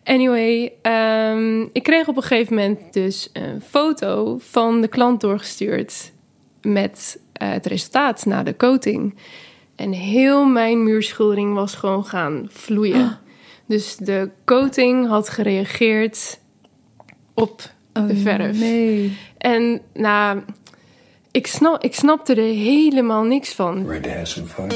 Anyway, ik kreeg op een gegeven moment dus een foto van de klant doorgestuurd met het resultaat na de coating. En heel mijn muurschildering was gewoon gaan vloeien. Dus de coating had gereageerd op de verf. Nee. En nou, ik snapte er helemaal niks van. Ready to have some fun?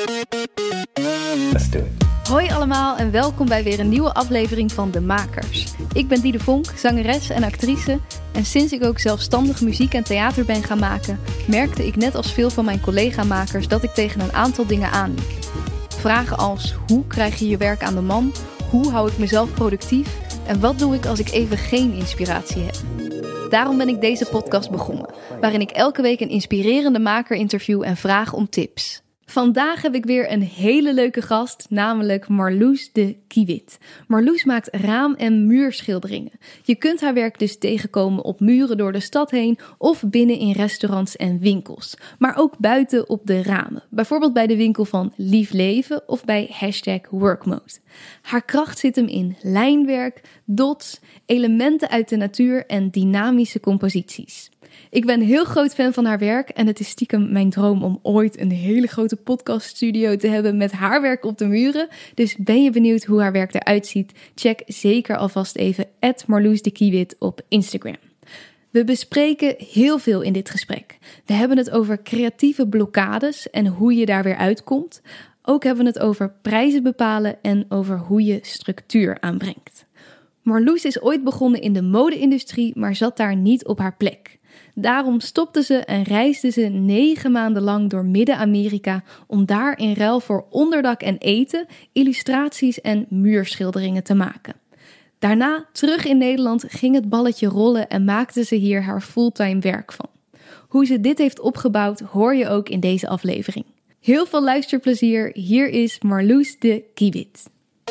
Let's do it. Hoi allemaal en welkom bij weer een nieuwe aflevering van De Makers. Ik ben Diede Vonk, zangeres en actrice. En sinds ik ook zelfstandig muziek en theater ben gaan maken, merkte ik net als veel van mijn collega-makers dat ik tegen een aantal dingen aanliep. Vragen als: hoe krijg je je werk aan de man? Hoe hou ik mezelf productief? En wat doe ik als ik even geen inspiratie heb? Daarom ben ik deze podcast begonnen, waarin ik elke week een inspirerende maker interview en vraag om tips. Vandaag heb ik weer een hele leuke gast, namelijk Marloes de Kiewit. Marloes maakt raam- en muurschilderingen. Je kunt haar werk dus tegenkomen op muren door de stad heen of binnen in restaurants en winkels. Maar ook buiten op de ramen. Bijvoorbeeld bij de winkel van Lief Leven of bij #workmode. Haar kracht zit hem in lijnwerk, dots, elementen uit de natuur en dynamische composities. Ik ben heel groot fan van haar werk en het is stiekem mijn droom om ooit een hele grote podcaststudio te hebben met haar werk op de muren. Dus ben je benieuwd hoe haar werk eruit ziet? Check zeker alvast even @marloesdekiewit op Instagram. We bespreken heel veel in dit gesprek. We hebben het over creatieve blokkades en hoe je daar weer uitkomt. Ook hebben we het over prijzen bepalen en over hoe je structuur aanbrengt. Marloes is ooit begonnen in de mode-industrie, maar zat daar niet op haar plek. Daarom stopte ze en reisde ze 9 maanden lang door Midden-Amerika om daar in ruil voor onderdak en eten illustraties en muurschilderingen te maken. Daarna, terug in Nederland, ging het balletje rollen en maakte ze hier haar fulltime werk van. Hoe ze dit heeft opgebouwd hoor je ook in deze aflevering. Heel veel luisterplezier, hier is Marloes de Kiewit.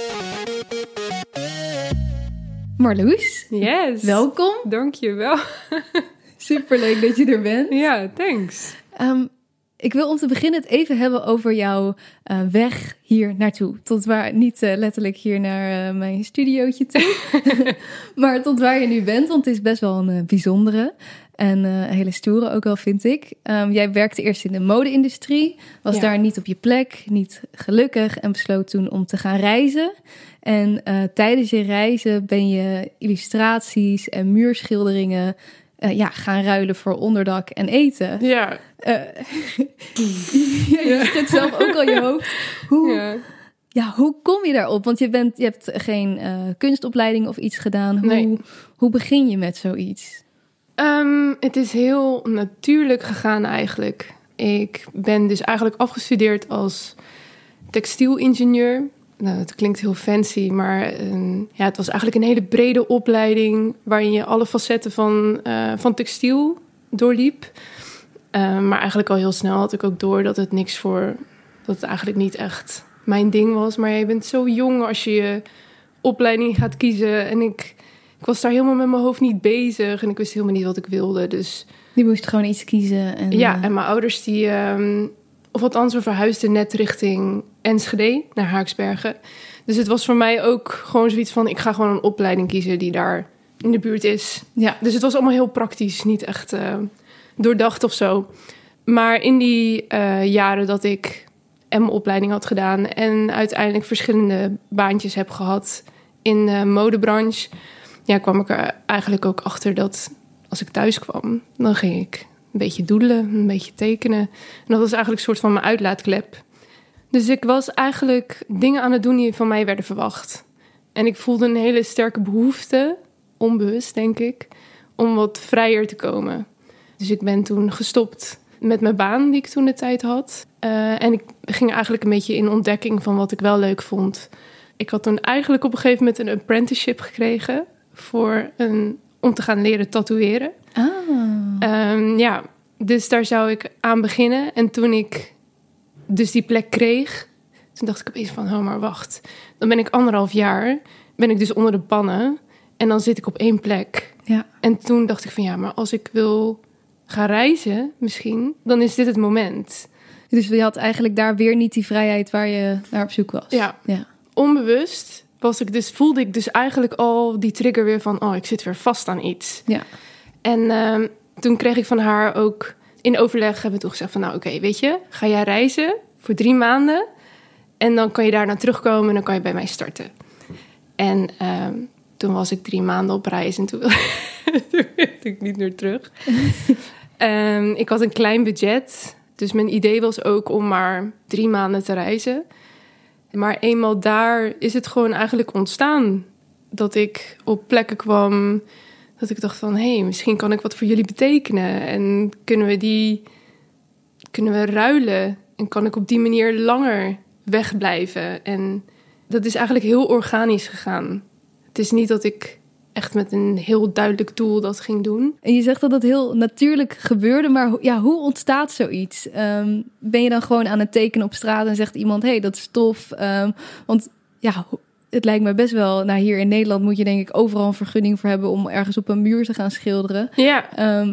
Marloes, Yes. welkom. Dank je wel. Superleuk dat je er bent. Ja, thanks. Ik wil om te beginnen het even hebben over jouw weg hier naartoe. Tot waar, niet letterlijk hier naar mijn studiootje toe, maar tot waar je nu bent. Want het is best wel een bijzondere en een hele stoere ook wel, vind ik. Jij werkte eerst in de mode-industrie, was daar niet op je plek, niet gelukkig en besloot toen om te gaan reizen. En tijdens je reizen ben je illustraties en muurschilderingen gaan ruilen voor onderdak en eten. Ja. Je schudt zelf ook al je hoofd. Hoe kom je daarop? Want je hebt geen kunstopleiding of iets gedaan. Hoe begin je met zoiets? Het is heel natuurlijk gegaan eigenlijk. Ik ben dus eigenlijk afgestudeerd als textielingenieur. Nou, het klinkt heel fancy, maar het was eigenlijk een hele brede opleiding waarin je alle facetten van textiel doorliep. Maar eigenlijk al heel snel had ik ook door dat het eigenlijk niet echt mijn ding was. Maar je bent zo jong als je je opleiding gaat kiezen. En ik was daar helemaal met mijn hoofd niet bezig en ik wist helemaal niet wat ik wilde. Dus die moest gewoon iets kiezen. En mijn ouders of althans, we verhuisden net richting Enschede naar Haaksbergen. Dus het was voor mij ook gewoon zoiets van, ik ga gewoon een opleiding kiezen die daar in de buurt is. Ja. Dus het was allemaal heel praktisch, niet echt doordacht of zo. Maar in die jaren dat ik mijn opleiding had gedaan en uiteindelijk verschillende baantjes heb gehad in de modebranche, kwam ik er eigenlijk ook achter dat als ik thuis kwam, dan ging ik een beetje doedelen, een beetje tekenen. En dat was eigenlijk een soort van mijn uitlaatklep. Dus ik was eigenlijk dingen aan het doen die van mij werden verwacht. En ik voelde een hele sterke behoefte, onbewust denk ik, om wat vrijer te komen. Dus ik ben toen gestopt met mijn baan die ik toen de tijd had. En ik ging eigenlijk een beetje in ontdekking van wat ik wel leuk vond. Ik had toen eigenlijk op een gegeven moment een apprenticeship gekregen om te gaan leren tatoeëren. Dus daar zou ik aan beginnen. En toen ik dus die plek kreeg, toen dacht ik opeens van, maar wacht. Dan ben ik 1,5 jaar, ben ik dus onder de pannen. En dan zit ik op 1 plek. Ja. En toen dacht ik van, maar als ik wil gaan reizen misschien, dan is dit het moment. Dus je had eigenlijk daar weer niet die vrijheid waar je naar op zoek was. Ja. Onbewust voelde ik dus eigenlijk al die trigger weer van... ik zit weer vast aan iets. Ja. En toen kreeg ik van haar ook... In overleg hebben we toen gezegd van... oké, weet je, ga jij reizen voor 3 maanden... en dan kan je daarna terugkomen en dan kan je bij mij starten. En toen was ik 3 maanden op reis en toen wilde ik niet meer terug. Ik had een klein budget... Dus mijn idee was ook om maar 3 maanden te reizen. Maar eenmaal daar is het gewoon eigenlijk ontstaan. Dat ik op plekken kwam, dat ik dacht van... hé, misschien kan ik wat voor jullie betekenen. En kunnen we ruilen. En kan ik op die manier langer wegblijven. En dat is eigenlijk heel organisch gegaan. Het is niet dat ik echt met een heel duidelijk doel dat ging doen. En je zegt dat het heel natuurlijk gebeurde, maar ja, hoe ontstaat zoiets? Ben je dan gewoon aan het tekenen op straat en zegt iemand, hey, dat is tof? Want ja, het lijkt me best wel... Nou, hier in Nederland moet je denk ik overal een vergunning voor hebben om ergens op een muur te gaan schilderen. Ja.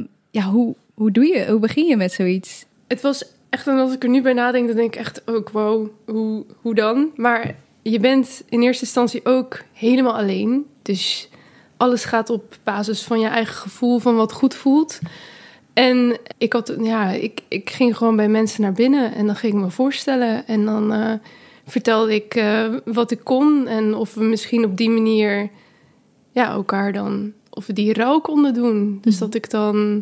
Hoe begin je met zoiets? Het was echt, en als ik er nu bij nadenk, dan denk ik echt ook, wow, hoe dan? Maar je bent in eerste instantie ook helemaal alleen. Dus alles gaat op basis van je eigen gevoel, van wat goed voelt. En ik ging gewoon bij mensen naar binnen en dan ging ik me voorstellen. En dan vertelde ik wat ik kon en of we misschien op die manier elkaar dan, of we die rouw konden doen. Dus dat ik dan,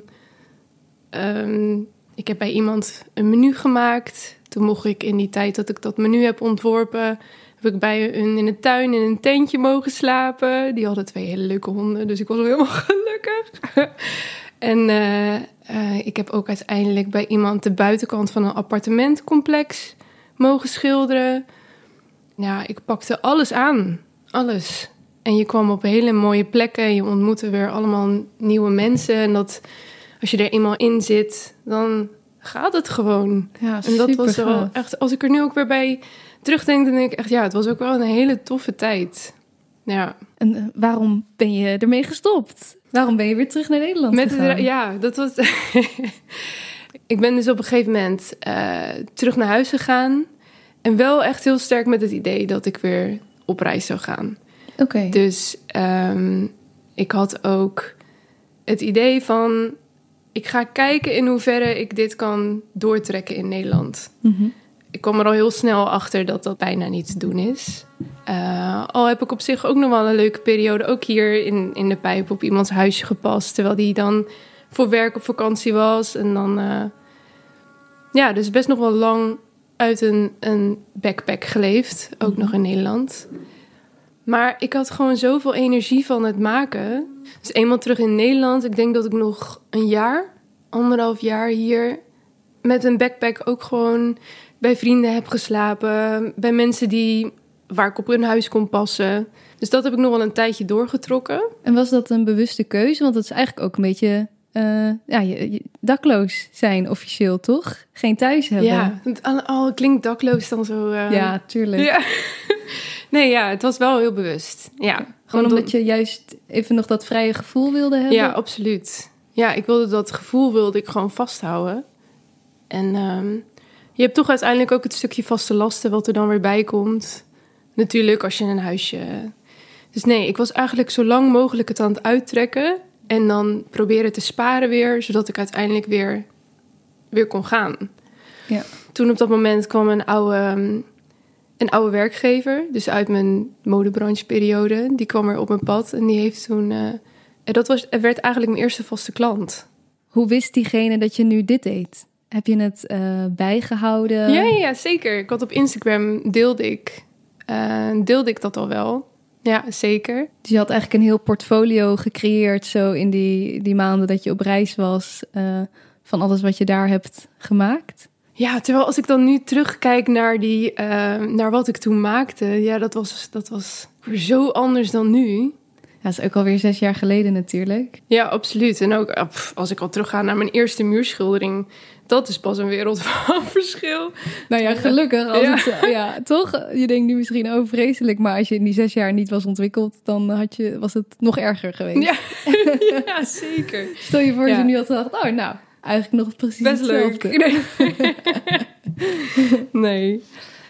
ik heb bij iemand een menu gemaakt. Toen mocht ik in die tijd dat ik dat menu heb ontworpen, heb ik bij hun in de tuin in een tentje mogen slapen. Die hadden 2 hele leuke honden, dus ik was wel helemaal gelukkig. En ik heb ook uiteindelijk bij iemand de buitenkant van een appartementcomplex mogen schilderen. Ja, ik pakte alles aan. Alles. En je kwam op hele mooie plekken en je ontmoette weer allemaal nieuwe mensen. En dat, als je er eenmaal in zit, dan gaat het gewoon. Ja, en dat was wel echt, als ik er nu ook weer bij terugdenk, dan denk ik echt, het was ook wel een hele toffe tijd. Ja. En waarom ben je ermee gestopt? Waarom ben je weer terug naar Nederland gegaan? Dat was... Ik ben dus op een gegeven moment terug naar huis gegaan. En wel echt heel sterk met het idee dat ik weer op reis zou gaan. Oké. Dus ik had ook het idee van, ik ga kijken in hoeverre ik dit kan doortrekken in Nederland. Mm-hmm. Ik kwam er al heel snel achter dat dat bijna niet te doen is. Al heb ik op zich ook nog wel een leuke periode, ook hier in de Pijp, op iemands huisje gepast, terwijl die dan voor werk op vakantie was. En dan, dus best nog wel lang uit een backpack geleefd, ook nog in Nederland. Maar ik had gewoon zoveel energie van het maken. Dus eenmaal terug in Nederland, ik denk dat ik nog 1,5 jaar hier met een backpack ook gewoon bij vrienden heb geslapen. Bij mensen waar ik op hun huis kon passen. Dus dat heb ik nog wel een tijdje doorgetrokken. En was dat een bewuste keuze? Want dat is eigenlijk ook een beetje je dakloos zijn officieel, toch? Geen thuis hebben. Ja, het klinkt dakloos dan zo. Ja, tuurlijk. Ja. Nee, het was wel heel bewust. Ja, gewoon omdat je juist even nog dat vrije gevoel wilde hebben? Ja, absoluut. Ja, ik wilde dat gevoel gewoon vasthouden. En je hebt toch uiteindelijk ook het stukje vaste lasten wat er dan weer bij komt. Natuurlijk, als je een huisje... Dus nee, ik was eigenlijk zo lang mogelijk het aan het uittrekken en dan proberen te sparen weer, zodat ik uiteindelijk weer kon gaan. Ja. Toen op dat moment kwam een oude werkgever, dus uit mijn modebrancheperiode, die kwam er op mijn pad en die heeft toen... werd eigenlijk mijn eerste vaste klant. Hoe wist diegene dat je nu dit deed? Heb je het bijgehouden? Ja, zeker. Ik had op Instagram deelde ik dat al wel. Ja, zeker. Dus je had eigenlijk een heel portfolio gecreëerd zo in die maanden dat je op reis was, van alles wat je daar hebt gemaakt? Ja, terwijl als ik dan nu terugkijk naar wat ik toen maakte, dat was weer zo anders dan nu. Ja, dat is ook alweer 6 jaar geleden natuurlijk. Ja, absoluut. En ook als ik al terugga naar mijn eerste muurschildering, dat is pas een wereld van verschil. Nou ja, gelukkig. Toch? Je denkt nu misschien, vreselijk. Maar als je in die 6 jaar niet was ontwikkeld, dan was het nog erger geweest. Ja, ja zeker. Stel je voor dat je nu had gedacht, eigenlijk nog precies best hetzelfde. Leuk. Nee.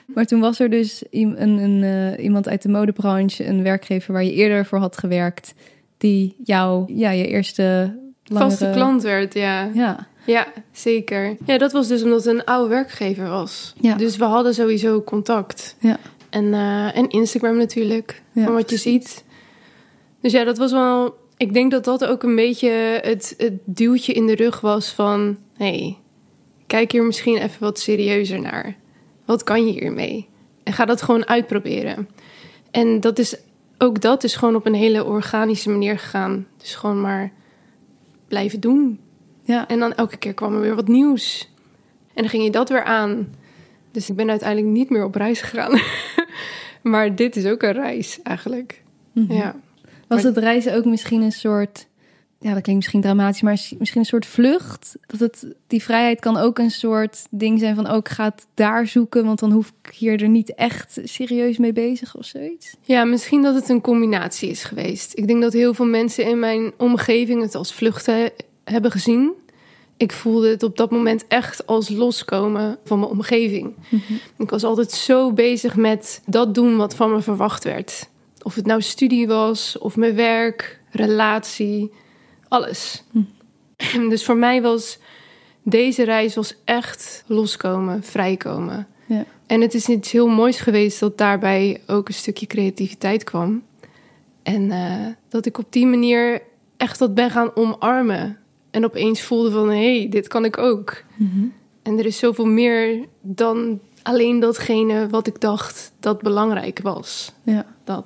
Maar toen was er dus iemand uit de modebranche, een werkgever waar je eerder voor had gewerkt, die jou, je eerste vaste klant werd, ja. Ja, zeker. Ja, dat was dus omdat het een oude werkgever was. Ja. Dus we hadden sowieso contact. Ja. En Instagram natuurlijk, van wat je ziet. Dus ja, dat was wel... Ik denk dat dat ook een beetje het duwtje in de rug was van... Hey, kijk hier misschien even wat serieuzer naar. Wat kan je hiermee? En ga dat gewoon uitproberen. En dat is gewoon op een hele organische manier gegaan. Dus gewoon maar blijven doen. Ja. En dan elke keer kwam er weer wat nieuws. En dan ging je dat weer aan. Dus ik ben uiteindelijk niet meer op reis gegaan. Maar dit is ook een reis eigenlijk. Mm-hmm. Ja. Was het reizen ook misschien een soort... Ja, dat klinkt misschien dramatisch, maar misschien een soort vlucht? Die vrijheid kan ook een soort ding zijn van... ik ga het daar zoeken, want dan hoef ik hier er niet echt serieus mee bezig of zoiets? Ja, misschien dat het een combinatie is geweest. Ik denk dat heel veel mensen in mijn omgeving het als vluchten hebben gezien. Ik voelde het op dat moment echt als loskomen van mijn omgeving. Mm-hmm. Ik was altijd zo bezig met dat doen wat van me verwacht werd. Of het nou studie was, of mijn werk, relatie, alles. Dus voor mij was deze reis echt loskomen, vrijkomen. Ja. En het is iets heel moois geweest dat daarbij ook een stukje creativiteit kwam. En dat ik op die manier echt dat ben gaan omarmen. En opeens voelde van, hey, dit kan ik ook. Mm-hmm. En er is zoveel meer dan alleen datgene wat ik dacht dat belangrijk was. Ja.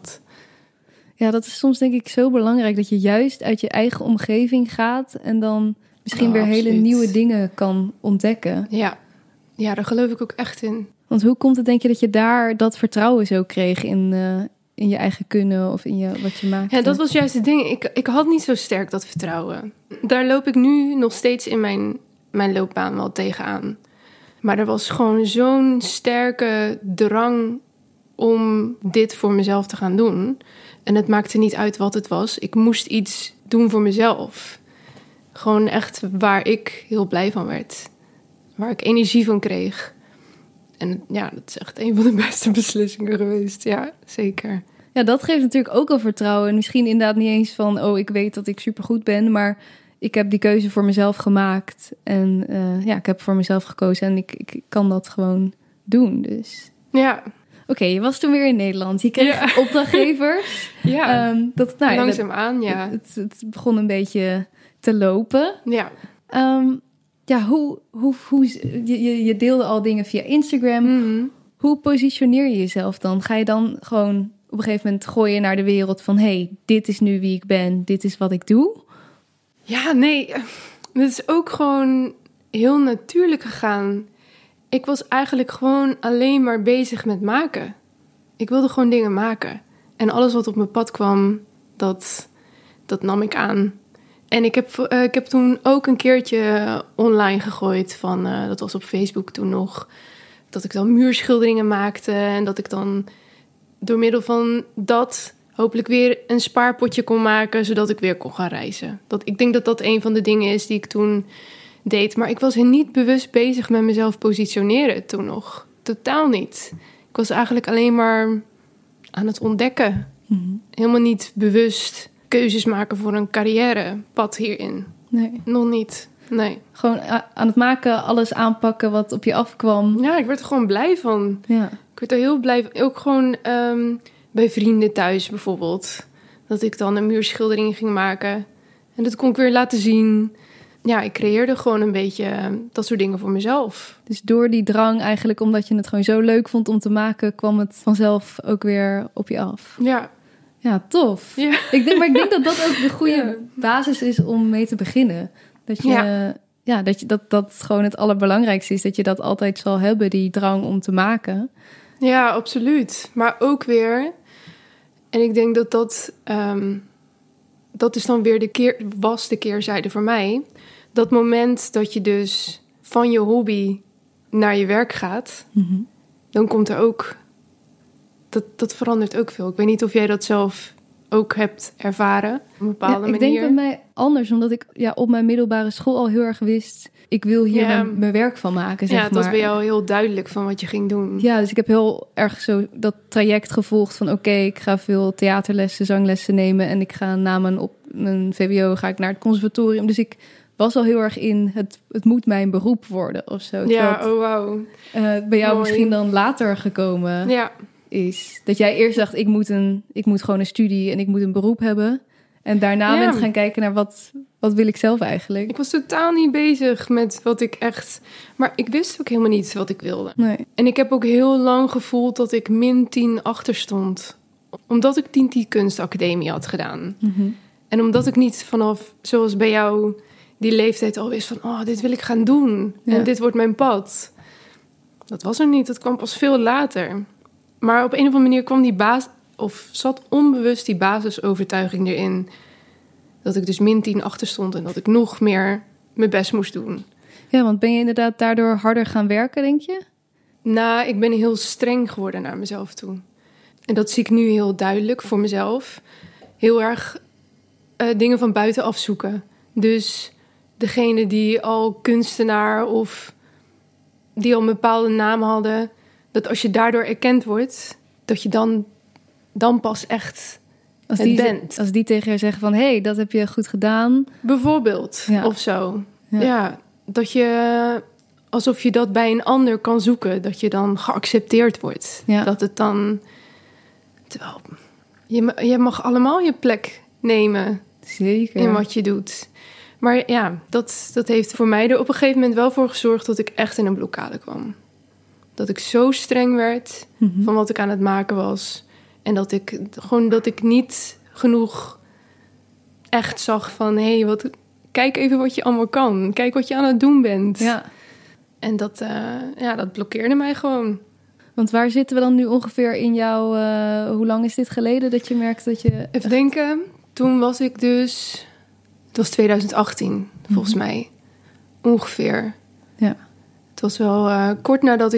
Dat is soms denk ik zo belangrijk... dat je juist uit je eigen omgeving gaat... en dan misschien weer absoluut. Hele nieuwe dingen kan ontdekken. Ja, daar geloof ik ook echt in. Want hoe komt het, denk je, dat je daar dat vertrouwen zo kreeg... in je eigen kunnen of in wat je maakte? Ja, dat was juist het ding. Ik had niet zo sterk dat vertrouwen. Daar loop ik nu nog steeds in mijn loopbaan wel tegenaan. Maar er was gewoon zo'n sterke drang... om dit voor mezelf te gaan doen... En het maakte niet uit wat het was. Ik moest iets doen voor mezelf. Gewoon echt waar ik heel blij van werd. Waar ik energie van kreeg. En ja, dat is echt een van de beste beslissingen geweest. Ja, zeker. Ja, dat geeft natuurlijk ook al vertrouwen. En misschien inderdaad niet eens van... ik weet dat ik supergoed ben... maar ik heb die keuze voor mezelf gemaakt. En ik heb voor mezelf gekozen... en ik kan dat gewoon doen, dus... Ja. Oké, je was toen weer in Nederland. Je kreeg opdrachtgevers. Ja, langzaamaan, ja. Het begon een beetje te lopen. Ja. Je deelde al dingen via Instagram. Mm-hmm. Hoe positioneer je jezelf dan? Ga je dan gewoon op een gegeven moment gooien naar de wereld van... hey, dit is nu wie ik ben, dit is wat ik doe? Ja, nee. Het is ook gewoon heel natuurlijk gegaan... Ik was eigenlijk gewoon alleen maar bezig met maken. Ik wilde gewoon dingen maken. En alles wat op mijn pad kwam, dat nam ik aan. En ik heb toen ook een keertje online gegooid van... dat was op Facebook toen nog... dat ik dan muurschilderingen maakte... en dat ik dan door middel van dat... hopelijk weer een spaarpotje kon maken... zodat ik weer kon gaan reizen. Ik denk dat dat een van de dingen is die ik toen... deed, maar ik was niet bewust bezig met mezelf positioneren toen nog. Totaal niet. Ik was eigenlijk alleen maar aan het ontdekken. Mm-hmm. Helemaal niet bewust keuzes maken voor een carrièrepad hierin. Nee. Nog niet, nee. Gewoon aan het maken, alles aanpakken wat op je afkwam. Ja, ik werd er gewoon blij van. Ja. Ik werd er heel blij van. Ook gewoon bij vrienden thuis bijvoorbeeld. Dat ik dan een muurschildering ging maken. En dat kon ik weer laten zien... Ja, ik creëerde gewoon een beetje dat soort dingen voor mezelf. Dus door die drang eigenlijk, omdat je het gewoon zo leuk vond om te maken... kwam het vanzelf ook weer op je af. Ja. Ja, tof. Ja. Ik denk dat dat ook de goede basis is om mee te beginnen. Dat gewoon het allerbelangrijkste is. Dat je dat altijd zal hebben, die drang om te maken. Ja, absoluut. Maar ook weer... En ik denk dat is dan weer de keerzijde voor mij... Dat moment dat je dus van je hobby naar je werk gaat... Mm-hmm. Dan komt er ook... Dat verandert ook veel. Ik weet niet of jij dat zelf ook hebt ervaren op een bepaalde manier. Ik denk bij mij anders, omdat ik op mijn middelbare school al heel erg wist... ik wil hier mijn werk van maken, zeg maar. Het was bij jou heel duidelijk van wat je ging doen. Ja, dus ik heb heel erg zo dat traject gevolgd van... oké, ik ga veel theaterlessen, zanglessen nemen... en ik ga na mijn VWO ga ik naar het conservatorium. Dus ik was al heel erg in het moet mijn beroep worden of zo. Ja, oh wauw. Bij jou misschien dan later gekomen is. Dat jij eerst dacht, ik moet gewoon een studie en ik moet een beroep hebben... En daarna bent gaan kijken naar wat wil ik zelf eigenlijk. Ik was totaal niet bezig met wat ik echt... Maar ik wist ook helemaal niet wat ik wilde. Nee. En ik heb ook heel lang gevoeld dat ik -10 achter stond. Omdat ik 10 kunstacademie had gedaan. Mm-hmm. En omdat ik niet vanaf, zoals bij jou, die leeftijd al wist van... dit wil ik gaan doen. Ja. En dit wordt mijn pad. Dat was er niet. Dat kwam pas veel later. Maar op een of andere manier kwam die zat onbewust die basisovertuiging erin. Dat ik dus -10 achter stond en dat ik nog meer mijn best moest doen. Ja, want ben je inderdaad daardoor harder gaan werken, denk je? Nou, ik ben heel streng geworden naar mezelf toe. En dat zie ik nu heel duidelijk voor mezelf. Heel erg dingen van buitenaf zoeken. Dus degene die al kunstenaar of die al een bepaalde naam hadden... dat als je daardoor erkend wordt, dat je dan pas echt bent. Als die tegen je zeggen van... hey, dat heb je goed gedaan. Bijvoorbeeld, of zo. Ja, dat je... alsof je dat bij een ander kan zoeken. Dat je dan geaccepteerd wordt. Ja. Dat het dan... Terwijl, je mag allemaal je plek nemen. Zeker. In wat je doet. Maar ja, dat heeft voor mij er op een gegeven moment wel voor gezorgd... dat ik echt in een blokkade kwam. Dat ik zo streng werd van wat ik aan het maken was... En dat ik niet genoeg echt zag van... kijk even wat je allemaal kan. Kijk wat je aan het doen bent. Ja. En dat blokkeerde mij gewoon. Want waar zitten we dan nu ongeveer in jouw... hoe lang is dit geleden dat je merkt dat je... Even denken. Toen was ik dus... Het was 2018, volgens mij. Ongeveer. Ja. Het was wel kort nadat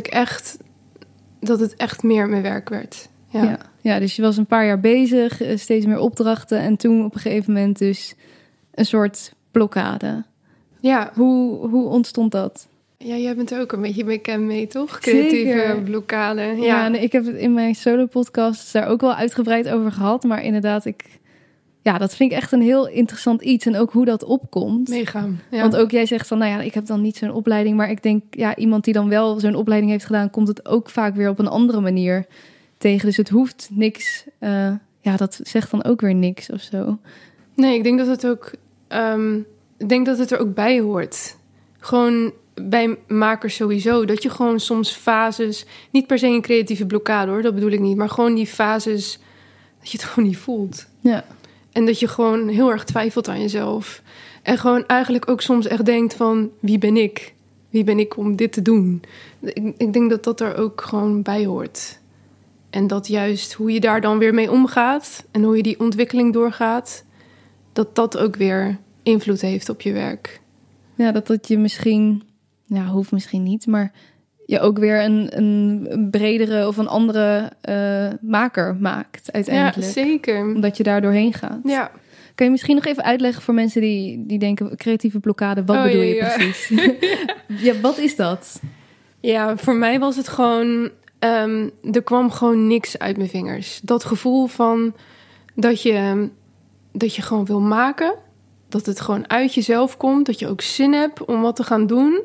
dat het echt meer mijn werk werd. Ja, dus je was een paar jaar bezig, steeds meer opdrachten... en toen op een gegeven moment dus een soort blokkade. Ja. Hoe ontstond dat? Ja, jij bent er ook een beetje bekend mee, toch? Creatieve Zeker. blokkade. Ja, en ik heb het in mijn solo-podcast daar ook wel uitgebreid over gehad... maar inderdaad, dat vind ik echt een heel interessant iets... en ook hoe dat opkomt. Mega, ja. Want ook jij zegt van, ik heb dan niet zo'n opleiding... maar ik denk, iemand die dan wel zo'n opleiding heeft gedaan... komt het ook vaak weer op een andere manier... tegen. Dus het hoeft niks. Dat zegt dan ook weer niks of zo. Nee, ik denk dat het ook. Ik denk dat het er ook bij hoort. Gewoon bij makers sowieso. Dat je gewoon soms fases. Niet per se een creatieve blokkade hoor, dat bedoel ik niet. Maar gewoon die fases. Dat je het gewoon niet voelt. Ja. En dat je gewoon heel erg twijfelt aan jezelf. En gewoon eigenlijk ook soms echt denkt van... wie ben ik? Wie ben ik om dit te doen? Ik denk dat dat er ook gewoon bij hoort. En dat juist hoe je daar dan weer mee omgaat... en hoe je die ontwikkeling doorgaat... dat ook weer invloed heeft op je werk. Ja, dat je misschien... hoeft misschien niet, maar... je ook weer een bredere of een andere maker maakt uiteindelijk. Ja, zeker. Omdat je daar doorheen gaat. Ja. Kan je misschien nog even uitleggen voor mensen die denken... creatieve blokkade, wat bedoel je precies? Ja, wat is dat? Ja, voor mij was het gewoon... er kwam gewoon niks uit mijn vingers. Dat gevoel van dat je gewoon wil maken. Dat het gewoon uit jezelf komt. Dat je ook zin hebt om wat te gaan doen.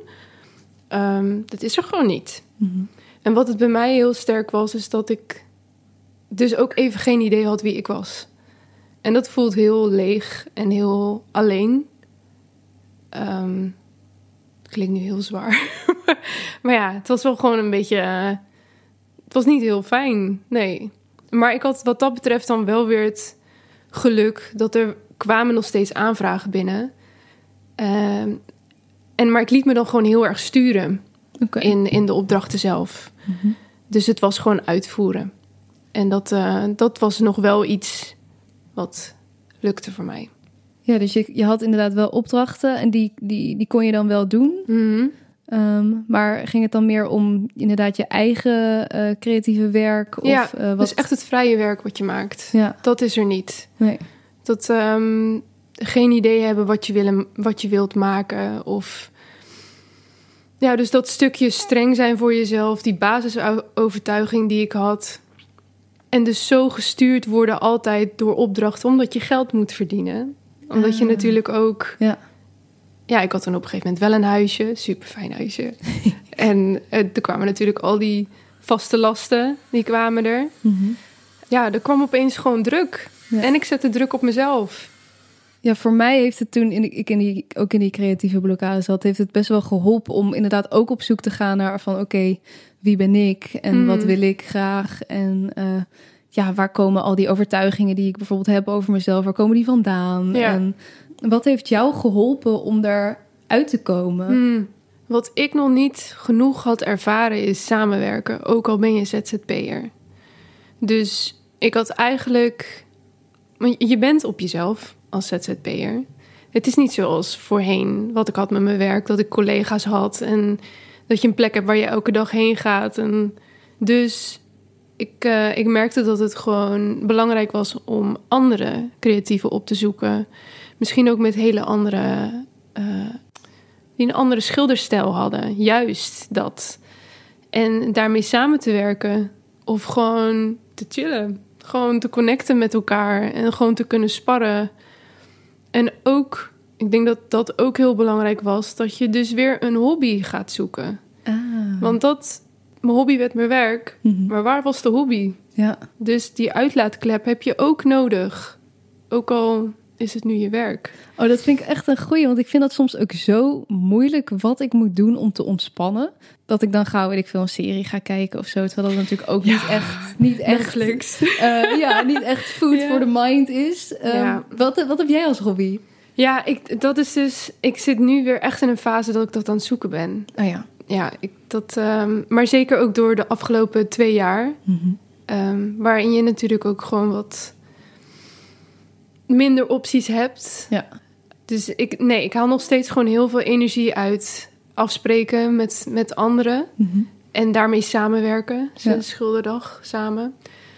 Dat is er gewoon niet. Mm-hmm. En wat het bij mij heel sterk was... is dat ik dus ook even geen idee had wie ik was. En dat voelt heel leeg en heel alleen. Klinkt nu heel zwaar. Maar ja, het was wel gewoon een beetje... het was niet heel fijn, nee. Maar ik had wat dat betreft dan wel weer het geluk... dat er kwamen nog steeds aanvragen binnen. Maar ik liet me dan gewoon heel erg sturen... Okay. In de opdrachten zelf. Mm-hmm. Dus het was gewoon uitvoeren. En dat was nog wel iets wat lukte voor mij. Ja, dus je had inderdaad wel opdrachten... en die kon je dan wel doen. Mm-hmm. Maar ging het dan meer om inderdaad je eigen creatieve werk? Of, dus echt het vrije werk wat je maakt. Ja. Dat is er niet. Nee. Dat geen idee hebben wat je wilt maken. Of ja, dus dat stukje streng zijn voor jezelf. Die basisovertuiging die ik had. En dus zo gestuurd worden altijd door opdrachten. Omdat je geld moet verdienen. Omdat je natuurlijk ook... Ja, ik had dan op een gegeven moment wel een huisje. Super fijn huisje. En er kwamen natuurlijk al die vaste lasten. Die kwamen er. Mm-hmm. Ja, er kwam opeens gewoon druk. Ja. En ik zette druk op mezelf. Ja, voor mij heeft het toen, ook in die creatieve blokkade zat, heeft het best wel geholpen om inderdaad ook op zoek te gaan naar van oké, wie ben ik en wat wil ik graag en waar komen al die overtuigingen die ik bijvoorbeeld heb over mezelf, waar komen die vandaan? Ja. En wat heeft jou geholpen om daaruit te komen? Wat ik nog niet genoeg had ervaren is samenwerken, ook al ben je ZZP'er. Dus ik had eigenlijk... Want je bent op jezelf als ZZP'er. Het is niet zoals voorheen, wat ik had met mijn werk, dat ik collega's had en dat je een plek hebt waar je elke dag heen gaat. En dus ik merkte dat het gewoon belangrijk was om andere creatieven op te zoeken. Misschien ook met hele andere... die een andere schilderstijl hadden. Juist dat. En daarmee samen te werken. Of gewoon te chillen. Gewoon te connecten met elkaar. En gewoon te kunnen sparren. En ook, ik denk dat dat ook heel belangrijk was, dat je dus weer een hobby gaat zoeken. Want mijn hobby werd mijn werk. Mm-hmm. Maar waar was de hobby? Ja. Dus die uitlaatklep heb je ook nodig. Ook al is het nu je werk. Oh, dat vind ik echt een goeie. Want ik vind dat soms ook zo moeilijk wat ik moet doen om te ontspannen. Dat ik dan gauw, weet ik veel, een serie ga kijken of zo. Terwijl dat natuurlijk ook niet echt Netflix. Niet echt food for the mind is. Wat heb jij als hobby? Ja, ik zit nu weer echt in een fase dat ik dat aan het zoeken ben. Oh ja. Ja, maar zeker ook door de afgelopen 2 jaar. Mm-hmm. Waarin je natuurlijk ook gewoon wat minder opties hebt. Ja. Dus ik haal nog steeds gewoon heel veel energie uit afspreken met anderen. Mm-hmm. En daarmee samenwerken. Een schilderdag samen.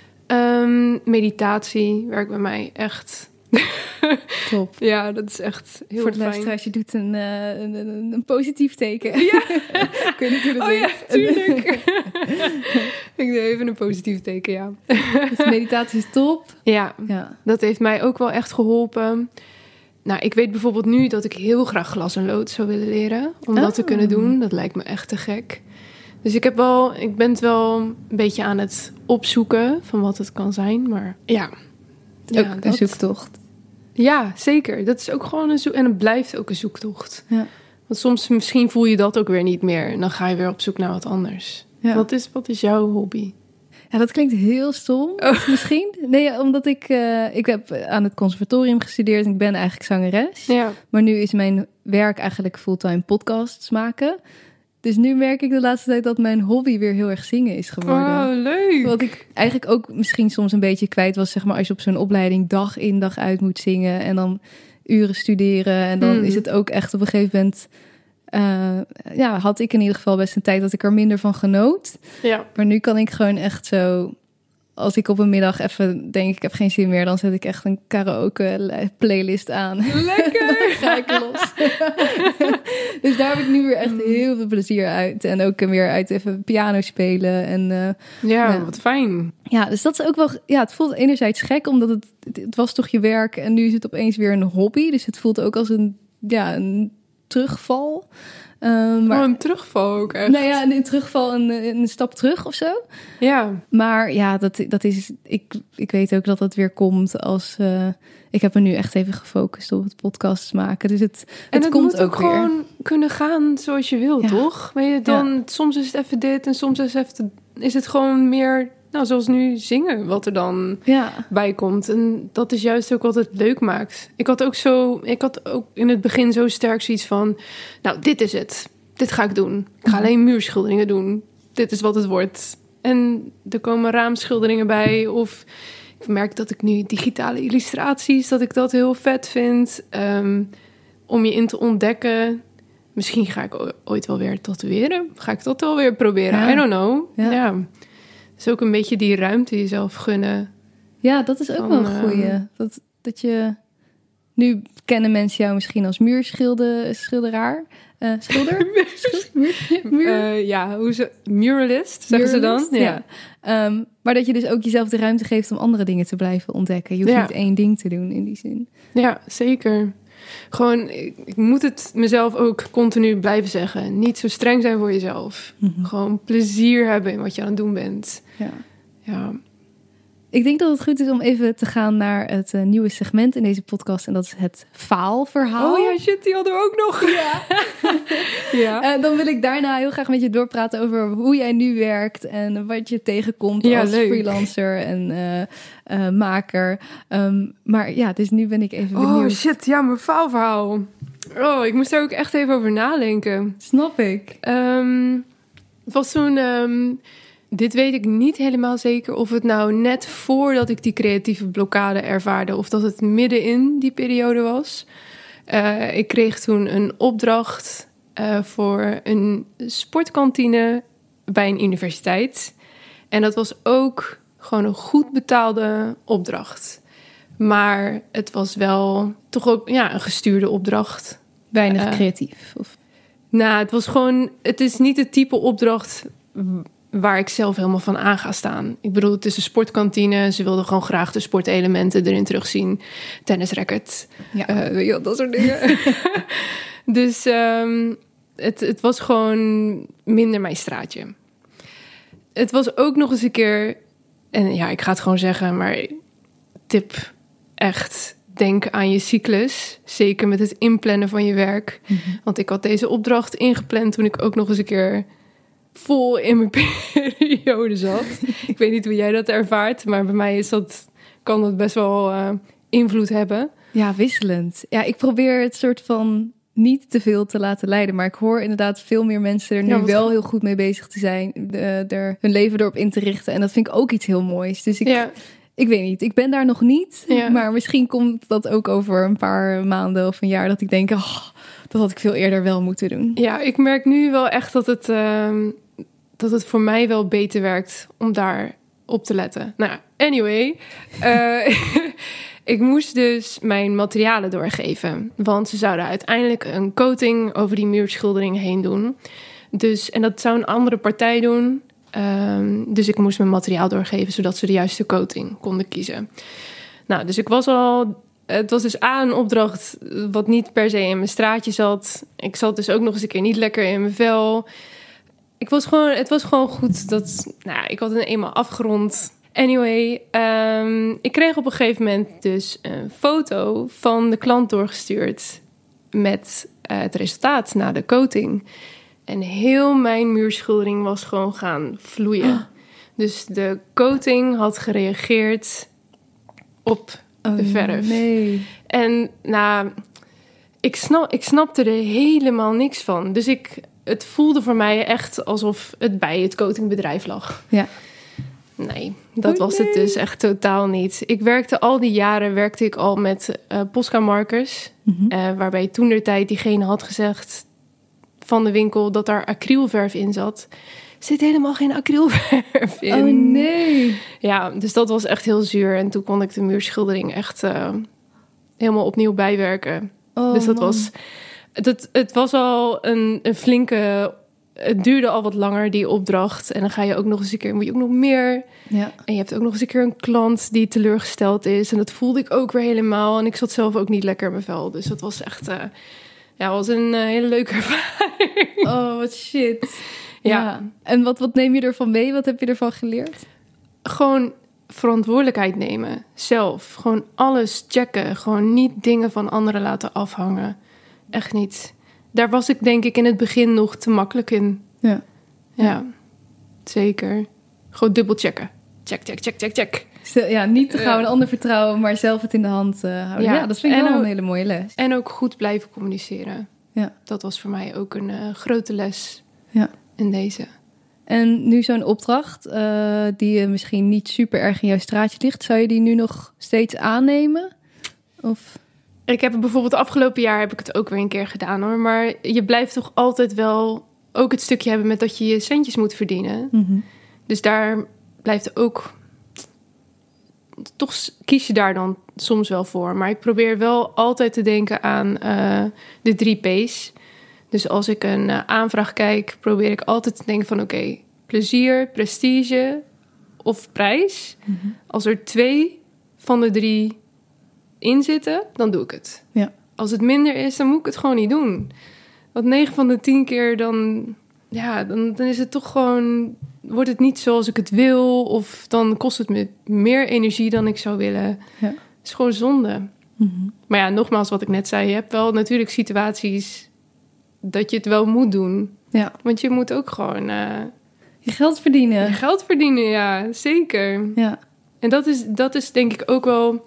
Meditatie werkt bij mij echt. Top. Ja, dat is echt heel voor de fijn. luisteraars, je doet een positief teken. Ja. Ik weet niet hoe dat ja, tuurlijk. Ik doe even een positief teken, ja. Dus meditatie is top. Ja, dat heeft mij ook wel echt geholpen. Nou, ik weet bijvoorbeeld nu dat ik heel graag glas en lood zou willen leren. Om dat te kunnen doen. Dat lijkt me echt te gek. Dus ik ben het wel een beetje aan het opzoeken van wat het kan zijn. Maar ja. Ook een zoektocht. Ja, zeker. Dat is ook gewoon en het blijft ook een zoektocht. Ja. Want soms misschien voel je dat ook weer niet meer. En dan ga je weer op zoek naar wat anders. Ja. Wat is jouw hobby? Ja, dat klinkt heel stom, misschien. Nee, omdat ik heb aan het conservatorium gestudeerd en ik ben eigenlijk zangeres. Ja. Maar nu is mijn werk eigenlijk fulltime podcasts maken. Dus nu merk ik de laatste tijd dat mijn hobby weer heel erg zingen is geworden. Oh, leuk! Wat ik eigenlijk ook misschien soms een beetje kwijt was, zeg maar, als je op zo'n opleiding dag in dag uit moet zingen en dan uren studeren. En dan is het ook echt op een gegeven moment... had ik in ieder geval best een tijd dat ik er minder van genoot. Ja. Maar nu kan ik gewoon echt zo... Als ik op een middag even denk ik heb geen zin meer... dan zet ik echt een karaoke playlist aan. Lekker! Dan ga ik los. Dus daar heb ik nu weer echt heel veel plezier uit. En ook weer uit even piano spelen. En, wat fijn. Ja, dus dat is ook wel... Ja, het voelt enerzijds gek, omdat het was toch je werk... en nu is het opeens weer een hobby. Dus het voelt ook als een terugval. Maar een terugval ook echt. Nou ja, een terugval, een stap terug of zo. Ja. Maar ja, dat is... Ik weet ook dat het weer komt als... ik heb me nu echt even gefocust op het podcast maken. Dus het komt ook weer. En het moet gewoon kunnen gaan zoals je wilt, toch? Weet je, dan soms is het even dit en soms is het gewoon meer... Nou, zoals nu zingen, wat er dan bij komt. En dat is juist ook wat het leuk maakt. Ik had ook in het begin zo sterk zoiets van... Nou, dit is het. Dit ga ik doen. Ik ga alleen muurschilderingen doen. Dit is wat het wordt. En er komen raamschilderingen bij. Of ik merk dat ik nu digitale illustraties... dat ik dat heel vet vind. Om je in te ontdekken... misschien ga ik ooit wel weer tatoeëren. Ga ik dat wel weer proberen? Ja. I don't know. Ja. Ja. Dus ook een beetje die ruimte jezelf gunnen. Ja, dat is ook wel een goeie. Dat je... Nu kennen mensen jou misschien als schilderaar. Schilder? Muralist, zeggen ze dan. Ja. Maar dat je dus ook jezelf de ruimte geeft om andere dingen te blijven ontdekken. Je hoeft niet één ding te doen in die zin. Ja, zeker. Gewoon, ik moet het mezelf ook continu blijven zeggen. Niet zo streng zijn voor jezelf. Mm-hmm. Gewoon plezier hebben in wat je aan het doen bent. Ja. Ik denk dat het goed is om even te gaan naar het nieuwe segment in deze podcast. En dat is het faalverhaal. Oh ja, shit, die hadden we ook nog. Ja. Dan wil ik daarna heel graag met je doorpraten over hoe jij nu werkt. En wat je tegenkomt als freelancer en maker. Maar ja, dus nu ben ik even benieuwd. Oh shit, ja, mijn faalverhaal. Oh, ik moest daar ook echt even over nadenken. Snap ik. Het was toen... Dit weet ik niet helemaal zeker of het nou net voordat ik die creatieve blokkade ervaarde... of dat het midden in die periode was. Ik kreeg toen een opdracht voor een sportkantine bij een universiteit. En dat was ook gewoon een goed betaalde opdracht. Maar het was wel toch ook een gestuurde opdracht. Weinig creatief? Of? Nou, het was gewoon... Het is niet het type opdracht... waar ik zelf helemaal van aan ga staan. Ik bedoel, het is een sportkantine. Ze wilden gewoon graag de sportelementen erin terugzien. Tennisracket. Ja. Dat soort dingen. Dus het was gewoon minder mijn straatje. Het was ook nog eens een keer... En ja, ik ga het gewoon zeggen, maar tip echt... Denk aan je cyclus. Zeker met het inplannen van je werk. Mm-hmm. Want ik had deze opdracht ingepland toen ik ook nog eens een keer... vol in mijn periode zat. Ik weet niet hoe jij dat ervaart, maar bij mij kan dat best wel invloed hebben. Ja, wisselend. Ja, ik probeer het soort van niet te veel te laten leiden, maar ik hoor inderdaad veel meer mensen er nu wel heel goed mee bezig te zijn, hun leven erop in te richten. En dat vind ik ook iets heel moois. Dus ik weet niet, ik ben daar nog niet, maar misschien komt dat ook over een paar maanden of een jaar dat ik denk, dat had ik veel eerder wel moeten doen. Ja, ik merk nu wel echt dat het voor mij wel beter werkt om daar op te letten. Nou, anyway. Ik moest dus mijn materialen doorgeven. Want ze zouden uiteindelijk een coating over die muurschildering heen doen. Dus, en dat zou een andere partij doen. Dus ik moest mijn materiaal doorgeven, zodat ze de juiste coating konden kiezen. Nou, dus het was dus een opdracht wat niet per se in mijn straatje zat. Ik zat dus ook nog eens een keer niet lekker in mijn vel. Het was gewoon goed dat... Nou, ik had het eenmaal afgerond. Anyway, ik kreeg op een gegeven moment dus een foto van de klant doorgestuurd... met het resultaat na de coating. En heel mijn muurschildering was gewoon gaan vloeien. Dus de coating had gereageerd op... de verf. Nee. En ik snapte er helemaal niks van. Dus het voelde voor mij echt alsof het bij het coatingbedrijf lag. Ja. Nee, dat was het dus echt totaal niet. Al die jaren al met Posca-markers. Mm-hmm. Waarbij toentertijd diegene had gezegd van de winkel dat daar acrylverf in zat. Er zit helemaal geen acrylverf in. Oh nee. Ja, dus dat was echt heel zuur. En toen kon ik de muurschildering echt helemaal opnieuw bijwerken. Oh, dus het was al een flinke... Het duurde al wat langer, die opdracht. En dan ga je ook nog eens een keer... Moet je ook nog meer... Ja. En je hebt ook nog eens een keer een klant die teleurgesteld is. En dat voelde ik ook weer helemaal. En ik zat zelf ook niet lekker in mijn vel. Dus dat was echt... was een hele leuke ervaring. Oh, wat shit. Ja. En wat neem je ervan mee? Wat heb je ervan geleerd? Gewoon verantwoordelijkheid nemen. Zelf. Gewoon alles checken. Gewoon niet dingen van anderen laten afhangen. Echt niet. Daar was ik denk ik in het begin nog te makkelijk in. Ja. Zeker. Gewoon dubbel checken. Check. Ja, niet te gauw een ander vertrouwen, maar zelf het in de hand houden. Ja, dat vind ik wel een hele mooie les. En ook goed blijven communiceren. Ja. Dat was voor mij ook een grote les in deze. En nu zo'n opdracht die misschien niet super erg in jouw straatje ligt, zou je die nu nog steeds aannemen? Of... Ik heb het bijvoorbeeld afgelopen jaar heb ik het ook weer een keer gedaan hoor. Maar je blijft toch altijd wel ook het stukje hebben met dat je je centjes moet verdienen. Mm-hmm. Dus daar blijft ook... Toch kies je daar dan soms wel voor. Maar ik probeer wel altijd te denken aan de 3 P's. Dus als ik een aanvraag kijk, probeer ik altijd te denken van... Oké, plezier, prestige of prijs. Mm-hmm. Als er 2 van de 3 in zitten, dan doe ik het. Ja. Als het minder is, dan moet ik het gewoon niet doen. Want 9 van de 10 keer dan is het toch gewoon... Wordt het niet zoals ik het wil... of dan kost het me meer energie dan ik zou willen. Ja. Het is gewoon zonde. Mm-hmm. Maar ja, nogmaals wat ik net zei... je hebt wel natuurlijk situaties dat je het wel moet doen. Ja. Want je moet ook gewoon Je geld verdienen. je geld verdienen, ja, zeker. Ja. En dat is denk ik ook wel...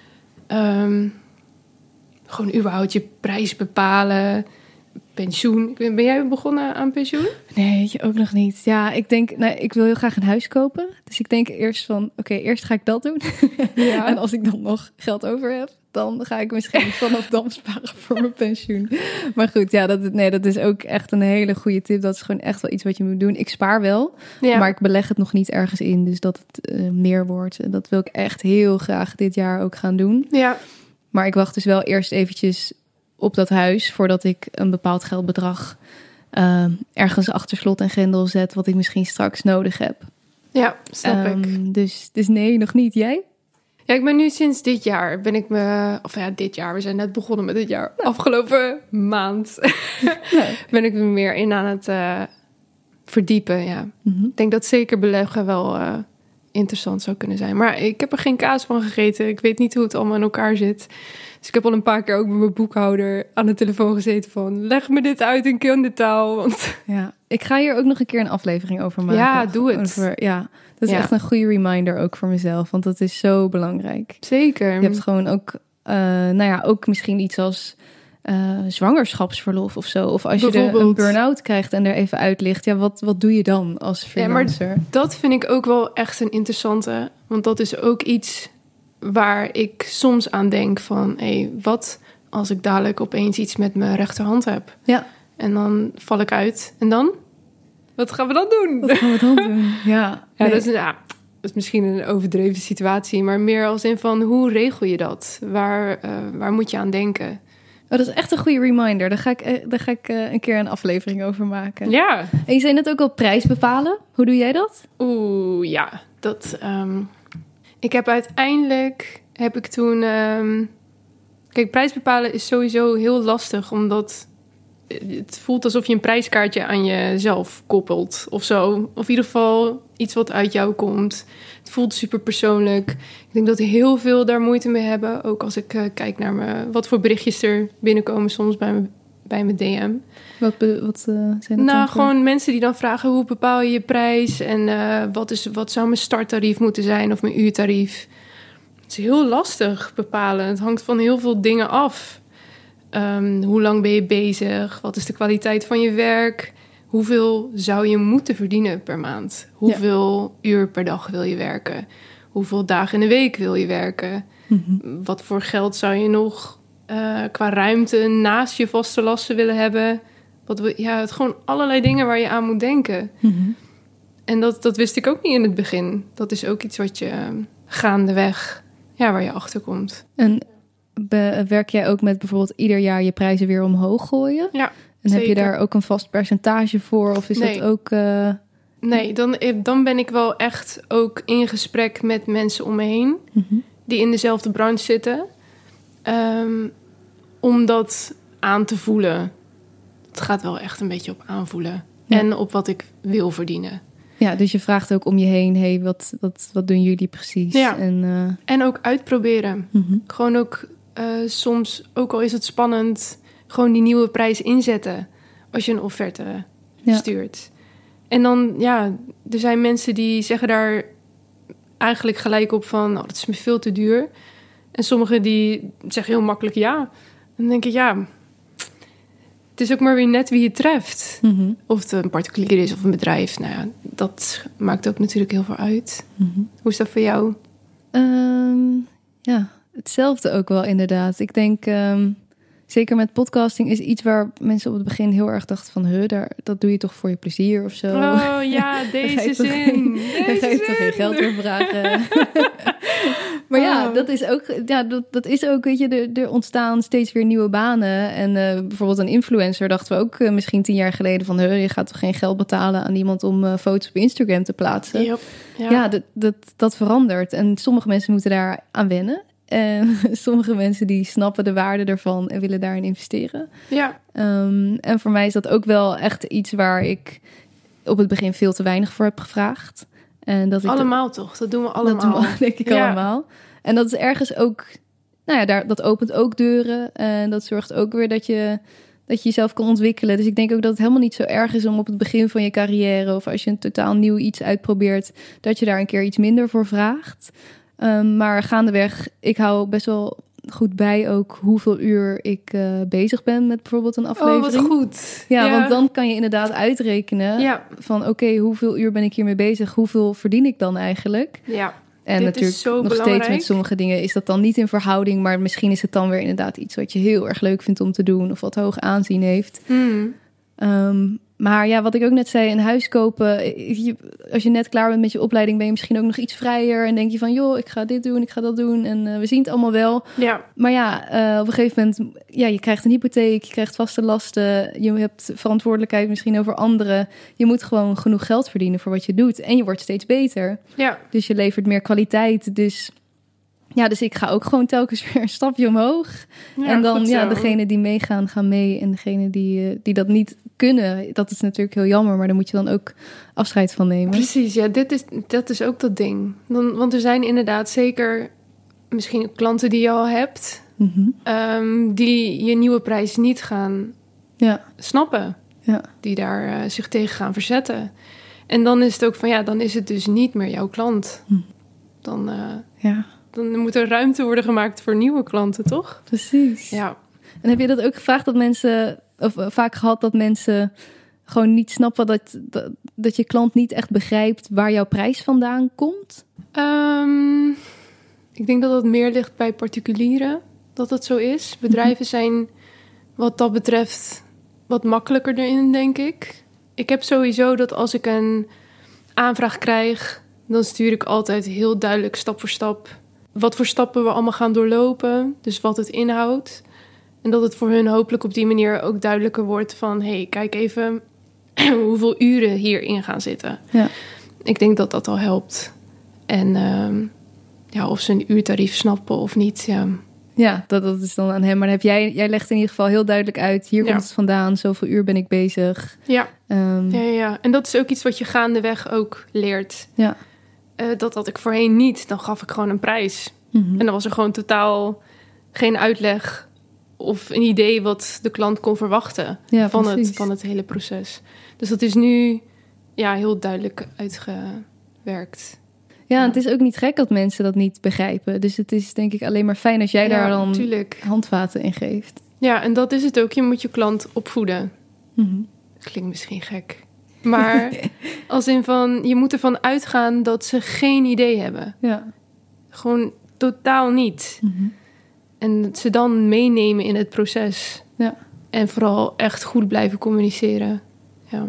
gewoon überhaupt je prijs bepalen... Pensioen. Ben jij begonnen aan pensioen? Nee, weet je, ook nog niet. Ja, ik denk, ik wil heel graag een huis kopen. Dus ik denk eerst van, oké, eerst ga ik dat doen. Ja. En als ik dan nog geld over heb, dan ga ik misschien vanaf dan sparen voor mijn pensioen. Maar goed, ja, dat is ook echt een hele goede tip. Dat is gewoon echt wel iets wat je moet doen. Ik spaar wel, Ja. maar ik beleg het nog niet ergens in. Dus dat het meer wordt. En dat wil ik echt heel graag dit jaar ook gaan doen. Ja. Maar ik wacht dus wel eerst eventjes op dat huis voordat ik een bepaald geldbedrag ergens achter slot en grendel zet, wat ik misschien straks nodig heb. Ja, snap ik. Dus nee, nog niet. Jij? Ja, ik ben nu sinds dit jaar dit jaar, we zijn net begonnen met dit jaar. Afgelopen maand ben ik me meer in aan het verdiepen, ja. Mm-hmm. Ik denk dat zeker beleggen wel interessant zou kunnen zijn. Maar ik heb er geen kaas van gegeten. Ik weet niet hoe het allemaal in elkaar zit. Dus ik heb al een paar keer ook met mijn boekhouder aan de telefoon gezeten van... leg me dit uit in kindertaal, want... Ja, ik ga hier ook nog een keer een aflevering over maken. Ja, doe het. Dat is echt een goede reminder ook voor mezelf, want dat is zo belangrijk. Zeker. Je hebt gewoon ook, ook misschien iets als zwangerschapsverlof of zo. Of als je een burn-out krijgt en er even uit ligt. Ja, wat doe je dan als freelancer? Ja, maar dat vind ik ook wel echt een interessante. Want dat is ook iets waar ik soms aan denk van... wat als ik dadelijk opeens iets met mijn rechterhand heb? Ja. En dan val ik uit. En dan? Wat gaan we dan doen? Wat gaan we dan doen? Ja, nee. Dat is misschien een overdreven situatie... maar meer als in van, hoe regel je dat? Waar moet je aan denken? Oh, dat is echt een goede reminder. Daar ga ik een keer een aflevering over maken. Ja. En je zei net ook al prijs bepalen. Hoe doe jij dat? Ja. Ik heb uiteindelijk... Kijk, prijs bepalen is sowieso heel lastig... omdat het voelt alsof je een prijskaartje aan jezelf koppelt of zo. Of in ieder geval iets wat uit jou komt. Het voelt super persoonlijk. Ik denk dat heel veel daar moeite mee hebben. Ook als ik kijk naar wat voor berichtjes er binnenkomen soms bij mijn DM. Wat zijn dat? Gewoon mensen die dan vragen, hoe bepaal je je prijs? En wat zou mijn starttarief moeten zijn of mijn uurtarief? Het is heel lastig bepalen. Het hangt van heel veel dingen af. Hoe lang ben je bezig? Wat is de kwaliteit van je werk? Hoeveel zou je moeten verdienen per maand? Hoeveel uur per dag wil je werken? Hoeveel dagen in de week wil je werken? Mm-hmm. Wat voor geld zou je nog qua ruimte naast je vaste lasten willen hebben? Het gewoon allerlei dingen waar je aan moet denken. Mm-hmm. En dat wist ik ook niet in het begin. Dat is ook iets wat je gaandeweg, waar je achter komt. En werk jij ook met bijvoorbeeld ieder jaar je prijzen weer omhoog gooien? Ja, en zeker. Heb je daar ook een vast percentage voor? Of is dat ook... Nee, dan ben ik wel echt ook in gesprek met mensen om me heen... Mm-hmm. die in dezelfde branche zitten. Om dat aan te voelen. Het gaat wel echt een beetje op aanvoelen. Ja. En op wat ik wil verdienen. Ja, dus je vraagt ook om je heen... wat doen jullie precies? Ja. En ook uitproberen. Mm-hmm. Gewoon ook soms, ook al is het spannend... gewoon die nieuwe prijs inzetten... als je een offerte stuurt. En dan, er zijn mensen die zeggen daar... eigenlijk gelijk op van... dat is me veel te duur. En sommigen die zeggen heel makkelijk ja. En dan denk ik, het is ook maar weer net wie je treft. Mm-hmm. Of het een particulier is of een bedrijf. Dat maakt ook natuurlijk heel veel uit. Mm-hmm. Hoe is dat voor jou? hetzelfde ook wel inderdaad. Ik denk, zeker met podcasting is iets waar mensen op het begin heel erg dachten van... dat doe je toch voor je plezier of zo? Oh ja, deze zin. Daar ga je toch geen geld voor vragen? Maar dat is ook, dat is ook, weet je, er ontstaan steeds weer nieuwe banen. En bijvoorbeeld een influencer dachten we ook misschien 10 jaar geleden van... je gaat toch geen geld betalen aan iemand om foto's op Instagram te plaatsen? Yep. Ja, dat verandert. En sommige mensen moeten daar aan wennen. En sommige mensen die snappen de waarde ervan en willen daarin investeren. Ja. En voor mij is dat ook wel echt iets waar ik op het begin veel te weinig voor heb gevraagd. En dat allemaal toch? Dat doen we allemaal. Dat doen we, denk ik allemaal. En dat is ergens ook... dat opent ook deuren. En dat zorgt ook weer dat je jezelf kan ontwikkelen. Dus ik denk ook dat het helemaal niet zo erg is om op het begin van je carrière... of als je een totaal nieuw iets uitprobeert... dat je daar een keer iets minder voor vraagt. Maar gaandeweg, ik hou best wel goed bij ook hoeveel uur ik bezig ben met bijvoorbeeld een aflevering. Oh, wat goed. Ja, want dan kan je inderdaad uitrekenen van oké, hoeveel uur ben ik hiermee bezig? Hoeveel verdien ik dan eigenlijk? Ja, en natuurlijk nog steeds met sommige dingen is dat dan niet in verhouding, maar misschien is het dan weer inderdaad iets wat je heel erg leuk vindt om te doen of wat hoog aanzien heeft. Maar ja, wat ik ook net zei, een huis kopen. Als je net klaar bent met je opleiding, ben je misschien ook nog iets vrijer. En denk je van, joh, ik ga dit doen, ik ga dat doen. En we zien het allemaal wel. Ja. Maar ja, op een gegeven moment, je krijgt een hypotheek, je krijgt vaste lasten. Je hebt verantwoordelijkheid misschien over anderen. Je moet gewoon genoeg geld verdienen voor wat je doet. En je wordt steeds beter. Ja. Dus je levert meer kwaliteit. Dus ik ga ook gewoon telkens weer een stapje omhoog. Ja, en dan, degene die meegaan, gaan mee. En degene die dat niet kunnen, dat is natuurlijk heel jammer. Maar daar moet je dan ook afscheid van nemen. Precies, ja, dat is ook dat ding. Want er zijn inderdaad zeker misschien klanten die je al hebt... die je nieuwe prijs niet gaan snappen. Ja. Die daar zich tegen gaan verzetten. En dan is het ook van, dan is het dus niet meer jouw klant. Dan moet er ruimte worden gemaakt voor nieuwe klanten, toch? Precies. Ja. En heb je dat ook gevraagd dat mensen, of vaak gehad dat mensen gewoon niet snappen dat je klant niet echt begrijpt waar jouw prijs vandaan komt? Ik denk dat het meer ligt bij particulieren, dat het zo is. Bedrijven zijn wat dat betreft wat makkelijker erin, denk ik. Ik heb sowieso dat als ik een aanvraag krijg, dan stuur ik altijd heel duidelijk stap voor stap wat voor stappen we allemaal gaan doorlopen. Dus wat het inhoudt. En dat het voor hun hopelijk op die manier ook duidelijker wordt van... hey, kijk even hoeveel uren hierin gaan zitten. Ja. Ik denk dat dat al helpt. En of ze een uurtarief snappen of niet, Ja, dat is dan aan hem. Maar jij legt in ieder geval heel duidelijk uit... hier komt het vandaan, zoveel uur ben ik bezig. Ja. Ja. En dat is ook iets wat je gaandeweg ook leert. Ja. Dat had ik voorheen niet. Dan gaf ik gewoon een prijs. En dan was er gewoon totaal geen uitleg of een idee wat de klant kon verwachten van het hele proces. Dus dat is nu heel duidelijk uitgewerkt. Ja, het is ook niet gek dat mensen dat niet begrijpen. Dus het is denk ik alleen maar fijn als jij daar dan handvaten in geeft. Ja, en dat is het ook. Je moet je klant opvoeden. Dat klinkt misschien gek. Maar als in van, je moet ervan uitgaan dat ze geen idee hebben. Ja. Gewoon totaal niet. En ze dan meenemen in het proces. Ja. En vooral echt goed blijven communiceren. Ja.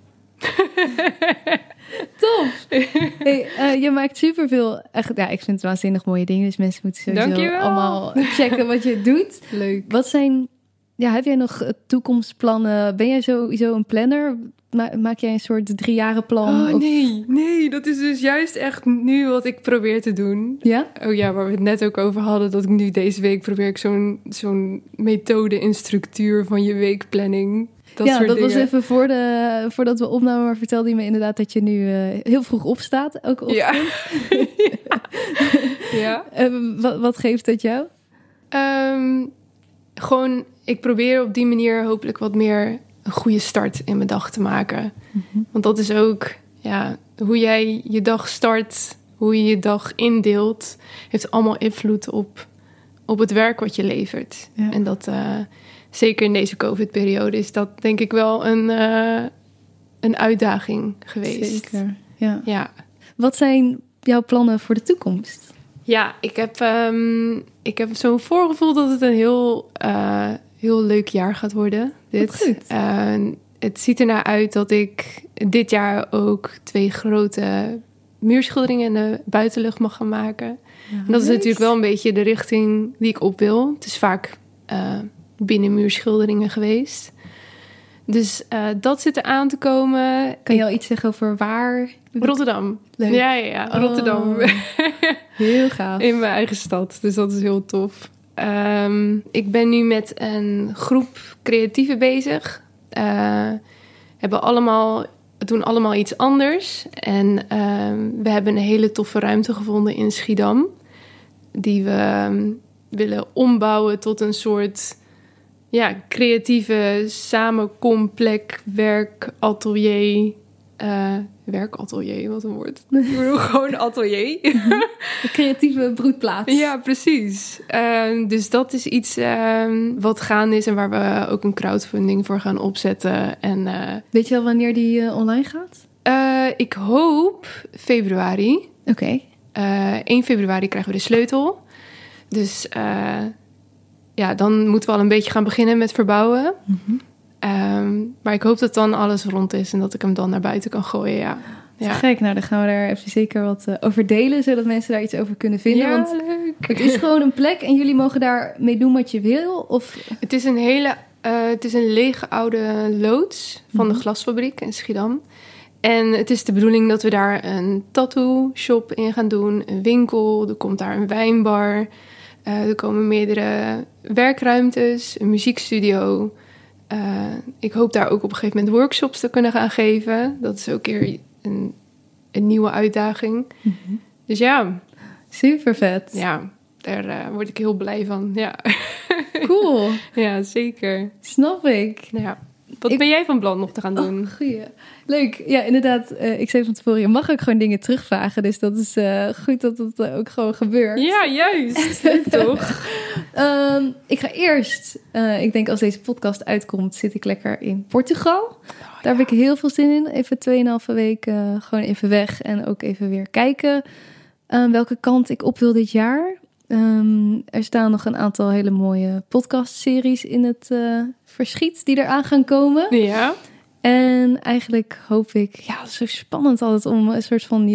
Tof! Hey, je maakt superveel, echt, ik vind het waanzinnig mooie dingen. Dus mensen moeten sowieso allemaal checken wat je doet. Leuk. Wat zijn, heb jij nog toekomstplannen? Ben jij sowieso een planner? Maak jij een soort 3-jarenplan? Oh, nee, dat is dus juist echt nu wat ik probeer te doen. Ja? Oh ja, waar we het net ook over hadden, dat ik nu deze week probeer ik zo'n methode en structuur van je weekplanning. Dat was even voordat we opnamen, maar vertelde je me inderdaad dat je nu heel vroeg opstaat, elke ochtend. Ja. Wat geeft dat jou? Gewoon, ik probeer op die manier hopelijk wat meer een goede start in mijn dag te maken. Want dat is ook, hoe jij je dag start, hoe je je dag indeelt, heeft allemaal invloed op het werk wat je levert. Ja. En dat, zeker in deze COVID-periode, is dat denk ik wel een uitdaging geweest. Zeker, ja. Wat zijn jouw plannen voor de toekomst? Ja, ik heb zo'n voorgevoel dat het een heel leuk jaar gaat worden. Dit. Goed. Het ziet ernaar uit dat ik dit jaar ook 2 grote muurschilderingen in de buitenlucht mag gaan maken. En dat is natuurlijk wel een beetje de richting die ik op wil. Het is vaak binnenmuurschilderingen geweest. Dus dat zit er aan te komen. Kan je al iets zeggen over waar? Rotterdam. Leuk. Ja, Rotterdam. Heel gaaf. In mijn eigen stad, dus dat is heel tof. Ik ben nu met een groep creatieven bezig. Doen allemaal iets anders. En we hebben een hele toffe ruimte gevonden in Schiedam. Die we willen ombouwen tot een soort creatieve samenkomplek, werkatelier. Werkatelier, wat een woord. Ik bedoel gewoon atelier. Een creatieve broedplaats. Ja, precies. Dus dat is iets wat gaande is en waar we ook een crowdfunding voor gaan opzetten. En, weet je al wanneer die online gaat? ik hoop februari. Oké. 1 februari krijgen we de sleutel. Dus dan moeten we al een beetje gaan beginnen met verbouwen. Mm-hmm. Maar ik hoop dat dan alles rond is en dat ik hem dan naar buiten kan gooien, ja. Gek, nou dan gaan we daar even zeker wat over delen, zodat mensen daar iets over kunnen vinden. Ja, want leuk. Het is gewoon een plek en jullie mogen daar mee doen wat je wil? Of... Het is een lege oude loods van de glasfabriek in Schiedam. En het is de bedoeling dat we daar een tattoo shop in gaan doen, een winkel, er komt daar een wijnbar, er komen meerdere werkruimtes, een muziekstudio. Ik hoop daar ook op een gegeven moment workshops te kunnen gaan geven. Dat is ook weer een nieuwe uitdaging. Mm-hmm. Dus ja. Super vet. Ja, daar word ik heel blij van. Ja. Cool. Ja, zeker. Snap ik. Ja. Wat ben jij van plan nog te gaan doen? Oh, goeie. Leuk. Ja, inderdaad. Ik zei van tevoren, je mag ook gewoon dingen terugvragen. Dus dat is goed dat dat ook gewoon gebeurt. Ja, juist. Leuk toch? Ik ga eerst, ik denk als deze podcast uitkomt, zit ik lekker in Portugal. Daar heb ik heel veel zin in. Even 2,5 weken gewoon even weg en ook even weer kijken welke kant ik op wil dit jaar. Er staan nog een aantal hele mooie podcastseries in het verschiet die eraan gaan komen. Ja. En eigenlijk hoop ik, ja, het is zo spannend altijd om een soort van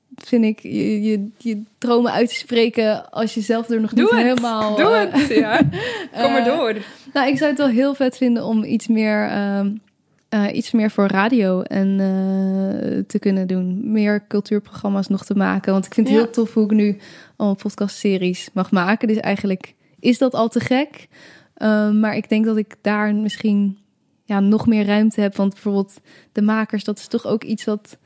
je dromen uit te spreken als je zelf er nog niet helemaal... Doe het, ja. Kom maar door. Nou, ik zou het wel heel vet vinden om iets meer voor radio en te kunnen doen. Meer cultuurprogramma's nog te maken. Want ik vind het heel tof hoe ik nu al een podcastseries mag maken. Dus eigenlijk is dat al te gek. Maar ik denk dat ik daar misschien nog meer ruimte heb. Want bijvoorbeeld de makers, dat is toch ook iets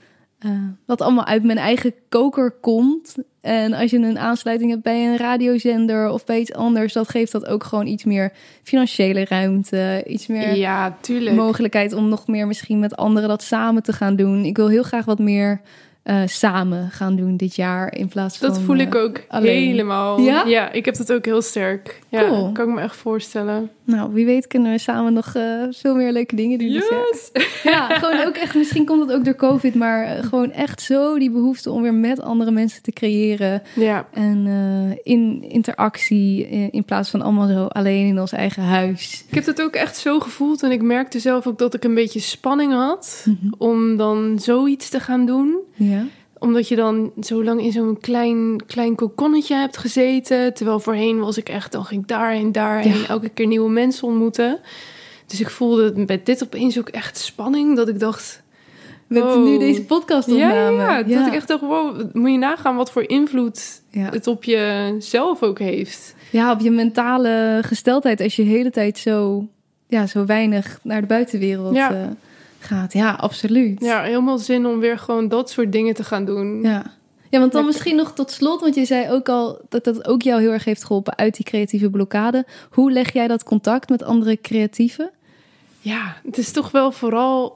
wat allemaal uit mijn eigen koker komt. En als je een aansluiting hebt bij een radiozender of bij iets anders, dat geeft dat ook gewoon iets meer financiële ruimte. Iets meer mogelijkheid om nog meer misschien met anderen dat samen te gaan doen. Ik wil heel graag wat meer samen gaan doen dit jaar in plaats van dat voel ik ook alleen. Helemaal. Ja? Ja, ik heb dat ook heel sterk. Ja, cool. Kan ik me echt voorstellen. Nou, wie weet kunnen we samen nog veel meer leuke dingen doen. Yes! Dus ja, gewoon ook echt, misschien komt het ook door COVID, maar gewoon echt zo die behoefte om weer met andere mensen te creëren. Ja. En in interactie in plaats van allemaal zo alleen in ons eigen huis. Ik heb het ook echt zo gevoeld en ik merkte zelf ook dat ik een beetje spanning had om dan zoiets te gaan doen. Ja. Omdat je dan zo lang in zo'n klein kokonnetje hebt gezeten. Terwijl voorheen was ik echt, dan ging ik daar en elke keer nieuwe mensen ontmoeten. Dus ik voelde met dit opeens ook echt spanning. Dat ik dacht... Met nu deze podcast opname. Ja, dat ik echt dacht, wow, moet je nagaan wat voor invloed het op jezelf ook heeft. Ja, op je mentale gesteldheid als je de hele tijd zo weinig naar de buitenwereld gaat. Ja, absoluut. Ja, helemaal zin om weer gewoon dat soort dingen te gaan doen. Ja, want dan misschien nog tot slot, want je zei ook al dat dat ook jou heel erg heeft geholpen uit die creatieve blokkade. Hoe leg jij dat contact met andere creatieven? Ja, het is toch wel vooral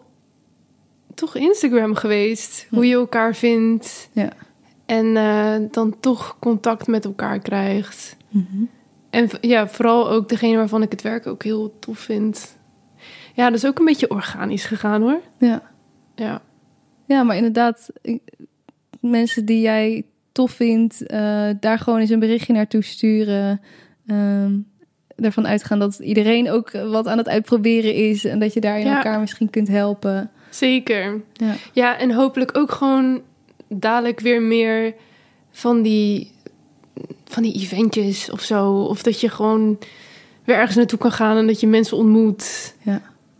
toch Instagram geweest. Hoe je elkaar vindt. Ja. En dan toch contact met elkaar krijgt. Mm-hmm. En vooral ook degene waarvan ik het werk ook heel tof vind. Ja, dat is ook een beetje organisch gegaan, hoor. Ja, maar inderdaad, mensen die jij tof vindt, daar gewoon eens een berichtje naartoe sturen. Ervan uitgaan dat iedereen ook wat aan het uitproberen is en dat je daarin elkaar misschien kunt helpen. Zeker. Ja, en hopelijk ook gewoon dadelijk weer meer van die eventjes of zo. Of dat je gewoon weer ergens naartoe kan gaan en dat je mensen ontmoet. Ja.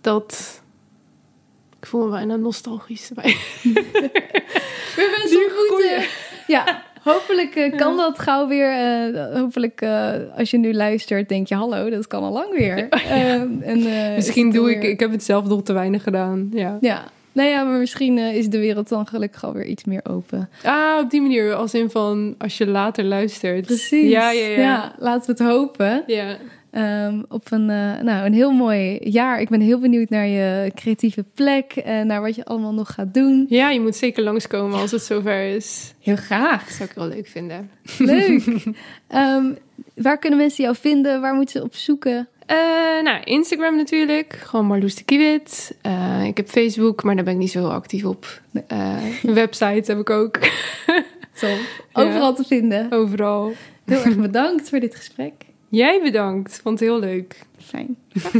Ik voel me bijna nostalgisch erbij. We hebben zo'n goede. Ja, hopelijk kan dat gauw weer. Hopelijk als je nu luistert, denk je hallo, dat kan al lang weer. Misschien ik heb het zelf nog te weinig gedaan. Ja. Nou ja, maar misschien is de wereld dan gelukkig alweer iets meer open. Op die manier, als in van als je later luistert. Precies. Ja, laten we het hopen. Ja. Op een heel mooi jaar. Ik ben heel benieuwd naar je creatieve plek en naar wat je allemaal nog gaat doen. Ja, je moet zeker langskomen als het zover is. Heel graag. Dat zou ik wel leuk vinden. Leuk. Waar kunnen mensen jou vinden? Waar moeten ze op zoeken? Instagram natuurlijk. Gewoon Marloes de Kiewit. Ik heb Facebook, maar daar ben ik niet zo heel actief op. Een website heb ik ook. Tof. Overal te vinden. Overal. Heel erg bedankt voor dit gesprek. Jij bedankt. Vond het heel leuk. Fijn.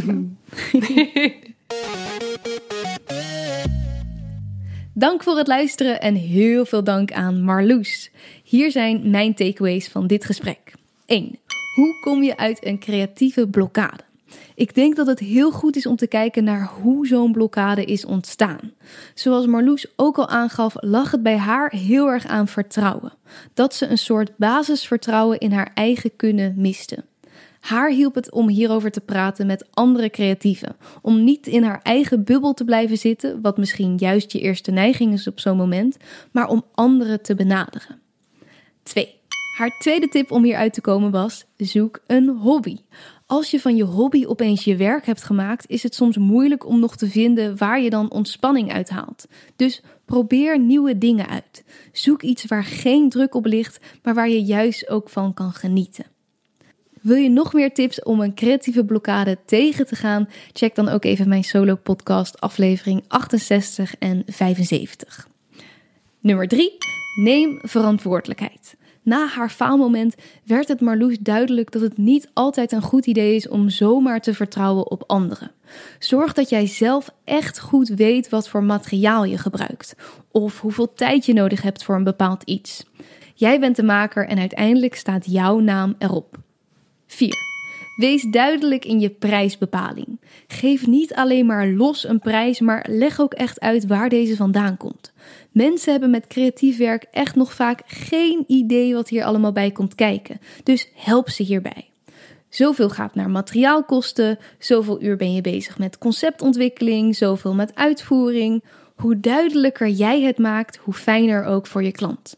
Dank voor het luisteren en heel veel dank aan Marloes. Hier zijn mijn takeaways van dit gesprek. 1. Hoe kom je uit een creatieve blokkade? Ik denk dat het heel goed is om te kijken naar hoe zo'n blokkade is ontstaan. Zoals Marloes ook al aangaf, lag het bij haar heel erg aan vertrouwen. Dat ze een soort basisvertrouwen in haar eigen kunnen miste. Haar hielp het om hierover te praten met andere creatieven. Om niet in haar eigen bubbel te blijven zitten, wat misschien juist je eerste neiging is op zo'n moment, maar om anderen te benaderen. 2. Haar tweede tip om hieruit te komen was: zoek een hobby. Als je van je hobby opeens je werk hebt gemaakt, is het soms moeilijk om nog te vinden waar je dan ontspanning uit haalt. Dus probeer nieuwe dingen uit. Zoek iets waar geen druk op ligt, maar waar je juist ook van kan genieten. Wil je nog meer tips om een creatieve blokkade tegen te gaan? Check dan ook even mijn solo podcast aflevering 68 en 75. Nummer 3. Neem verantwoordelijkheid. Na haar faalmoment werd het Marloes duidelijk dat het niet altijd een goed idee is om zomaar te vertrouwen op anderen. Zorg dat jij zelf echt goed weet wat voor materiaal je gebruikt of hoeveel tijd je nodig hebt voor een bepaald iets. Jij bent de maker en uiteindelijk staat jouw naam erop. 4. Wees duidelijk in je prijsbepaling. Geef niet alleen maar los een prijs, maar leg ook echt uit waar deze vandaan komt. Mensen hebben met creatief werk echt nog vaak geen idee wat hier allemaal bij komt kijken. Dus help ze hierbij. Zoveel gaat naar materiaalkosten, zoveel uur ben je bezig met conceptontwikkeling, zoveel met uitvoering. Hoe duidelijker jij het maakt, hoe fijner ook voor je klant.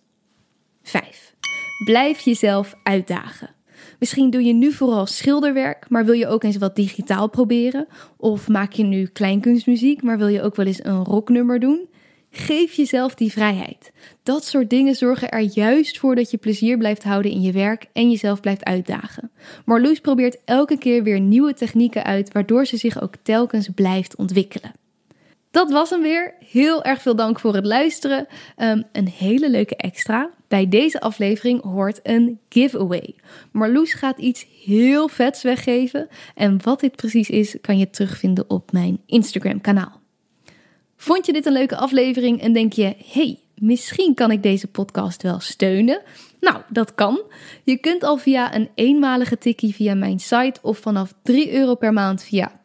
5. Blijf jezelf uitdagen. Misschien doe je nu vooral schilderwerk, maar wil je ook eens wat digitaal proberen? Of maak je nu kleinkunstmuziek, maar wil je ook wel eens een rocknummer doen? Geef jezelf die vrijheid. Dat soort dingen zorgen er juist voor dat je plezier blijft houden in je werk en jezelf blijft uitdagen. Marloes probeert elke keer weer nieuwe technieken uit, waardoor ze zich ook telkens blijft ontwikkelen. Dat was hem weer. Heel erg veel dank voor het luisteren. Een hele leuke extra. Bij deze aflevering hoort een giveaway. Marloes gaat iets heel vets weggeven. En wat dit precies is, kan je terugvinden op mijn Instagram kanaal. Vond je dit een leuke aflevering en denk je, hey, misschien kan ik deze podcast wel steunen? Nou, dat kan. Je kunt al via een eenmalige tikkie via mijn site of vanaf €3 per maand via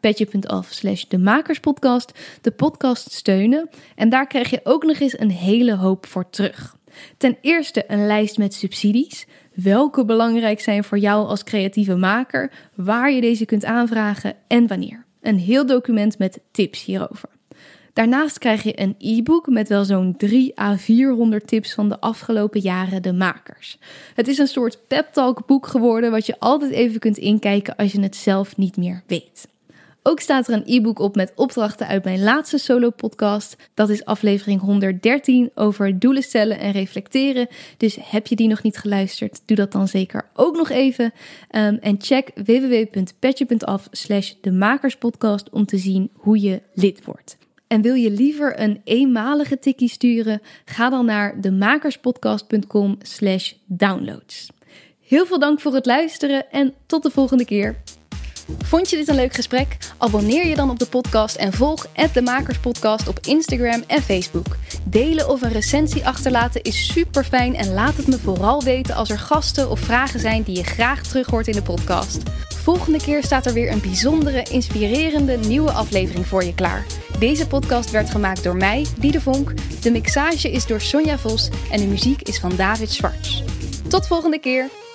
petje.af/demakerspodcast de podcast steunen. En daar krijg je ook nog eens een hele hoop voor terug. Ten eerste een lijst met subsidies. Welke belangrijk zijn voor jou als creatieve maker, waar je deze kunt aanvragen en wanneer. Een heel document met tips hierover. Daarnaast krijg je een e-book met wel zo'n 300 à 400 tips van de afgelopen jaren de makers. Het is een soort pep-talk boek geworden wat je altijd even kunt inkijken als je het zelf niet meer weet. Ook staat er een e-book op met opdrachten uit mijn laatste solo podcast. Dat is aflevering 113 over doelen stellen en reflecteren. Dus heb je die nog niet geluisterd, doe dat dan zeker ook nog even. En check www.petje.af/demakerspodcast om te zien hoe je lid wordt. En wil je liever een eenmalige tikkie sturen? Ga dan naar demakerspodcast.com/downloads. Heel veel dank voor het luisteren en tot de volgende keer. Vond je dit een leuk gesprek? Abonneer je dan op de podcast en volg @demakerspodcast op Instagram en Facebook. Delen of een recensie achterlaten is super fijn en laat het me vooral weten als er gasten of vragen zijn die je graag terug hoort in de podcast. Volgende keer staat er weer een bijzondere, inspirerende nieuwe aflevering voor je klaar. Deze podcast werd gemaakt door mij, Diede Vonk. De mixage is door Sonja Vos en de muziek is van David Schwartz. Tot volgende keer!